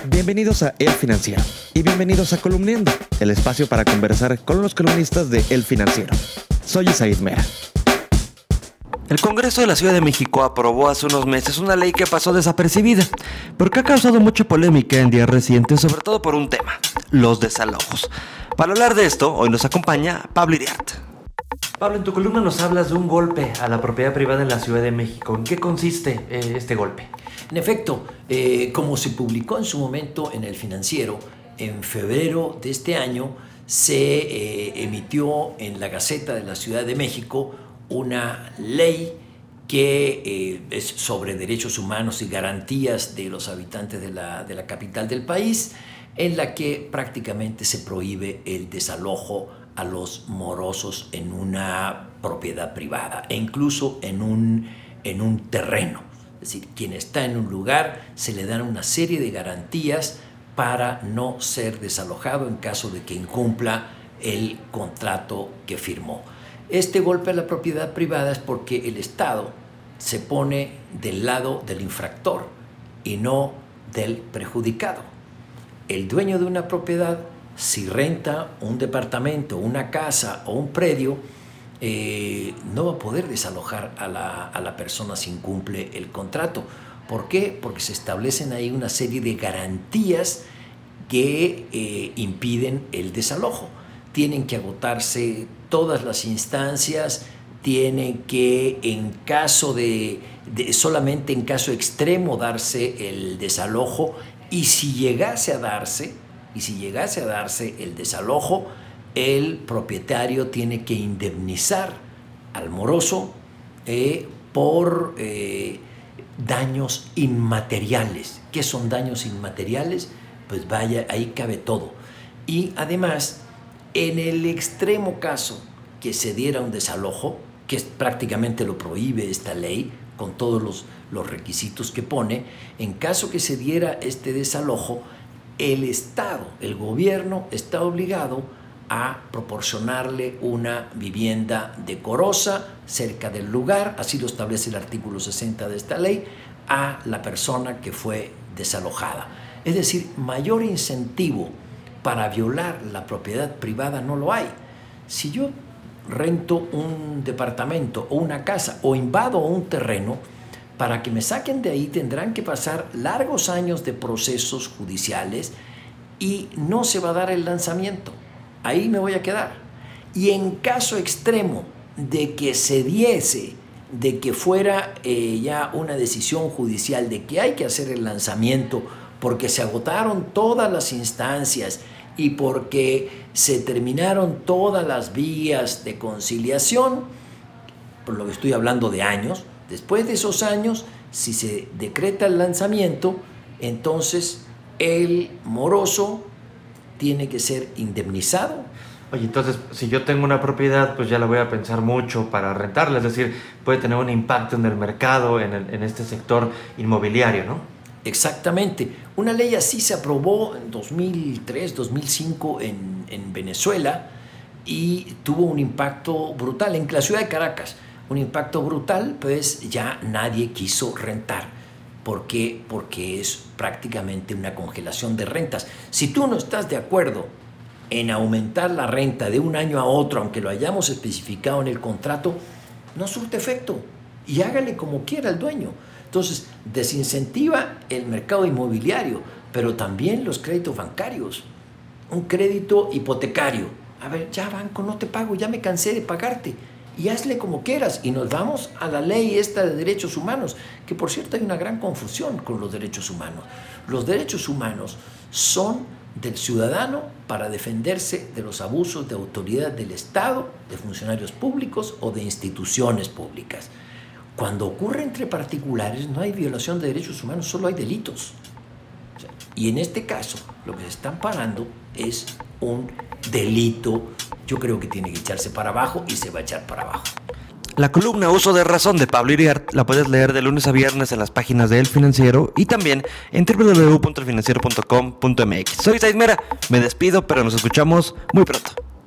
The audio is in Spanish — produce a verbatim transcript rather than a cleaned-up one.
Bienvenidos a El Financiero y bienvenidos a Columniendo, el espacio para conversar con los columnistas de El Financiero. Soy Isaid Mera. El Congreso de la Ciudad de México aprobó hace unos meses una ley que pasó desapercibida, pero que ha causado mucha polémica en días recientes, sobre todo por un tema: los desalojos. Para hablar de esto, hoy nos acompaña Pablo Iriart. Pablo, en tu columna nos hablas de un golpe a la propiedad privada en la Ciudad de México. ¿En qué consiste eh, este golpe? En efecto, eh, como se publicó en su momento en El Financiero, en febrero de este año se eh, emitió en la Gaceta de la Ciudad de México una ley que eh, es sobre derechos humanos y garantías de los habitantes de la, de la capital del país, en la que prácticamente se prohíbe el desalojo a los morosos en una propiedad privada e incluso en un, en un terreno. Es decir, quien está en un lugar se le dan una serie de garantías para no ser desalojado en caso de que incumpla el contrato que firmó. Este golpe a la propiedad privada es porque el Estado se pone del lado del infractor y no del perjudicado. El dueño de una propiedad, si renta un departamento, una casa o un predio, eh, no va a poder desalojar a la, a la persona si incumple el contrato. ¿Por qué? Porque se establecen ahí una serie de garantías que eh, impiden el desalojo. Tienen que agotarse todas las instancias, tienen que, en caso de, de solamente en caso extremo, darse el desalojo, y si llegase a darse, y si llegase a darse el desalojo, el propietario tiene que indemnizar al moroso eh, por eh, daños inmateriales. ¿Qué son daños inmateriales? Pues vaya, ahí cabe todo. Y además, en el extremo caso que se diera un desalojo, que es, prácticamente lo prohíbe esta ley, con todos los, los requisitos que pone, en caso que se diera este desalojo, el Estado, el gobierno, está obligado a proporcionarle una vivienda decorosa cerca del lugar, así lo establece el artículo sesenta de esta ley, a la persona que fue desalojada. Es decir, mayor incentivo para violar la propiedad privada no lo hay. Si yo rento un departamento o una casa o invado un terreno, para que me saquen de ahí tendrán que pasar largos años de procesos judiciales y no se va a dar el lanzamiento. Ahí me voy a quedar. Y en caso extremo de que se diese, de que fuera eh, ya una decisión judicial de que hay que hacer el lanzamiento porque se agotaron todas las instancias y porque se terminaron todas las vías de conciliación, por lo que estoy hablando de años, después de esos años, si se decreta el lanzamiento, entonces el moroso tiene que ser indemnizado. Oye, entonces, si yo tengo una propiedad, pues ya la voy a pensar mucho para rentarla, es decir, puede tener un impacto en el mercado, en, el, en este sector inmobiliario, ¿no? Exactamente. Una ley así se aprobó en dos mil tres, dos mil cinco en, en Venezuela y tuvo un impacto brutal en la ciudad de Caracas. Un impacto brutal, pues ya nadie quiso rentar. ¿Por qué? Porque es prácticamente una congelación de rentas. Si tú no estás de acuerdo en aumentar la renta de un año a otro, aunque lo hayamos especificado en el contrato, no surte efecto y hágale como quiera el dueño. Entonces, desincentiva el mercado inmobiliario, pero también los créditos bancarios. Un crédito hipotecario. A ver, ya banco, no te pago, ya me cansé de pagarte. Y hazle como quieras. Y nos vamos a la ley esta de derechos humanos, que por cierto hay una gran confusión con los derechos humanos. Los derechos humanos son del ciudadano para defenderse de los abusos de autoridad del Estado, de funcionarios públicos o de instituciones públicas. Cuando ocurre entre particulares no hay violación de derechos humanos, solo hay delitos. O sea, y en este caso lo que se está amparando es un delito. Yo creo que tiene que echarse para abajo y se va a echar para abajo. La columna Uso de Razón de Pablo Iriart la puedes leer de lunes a viernes en las páginas de El Financiero y también en doble u doble u doble u punto el financiero punto com punto m x. Soy Isaid Mera, me despido, pero nos escuchamos muy pronto.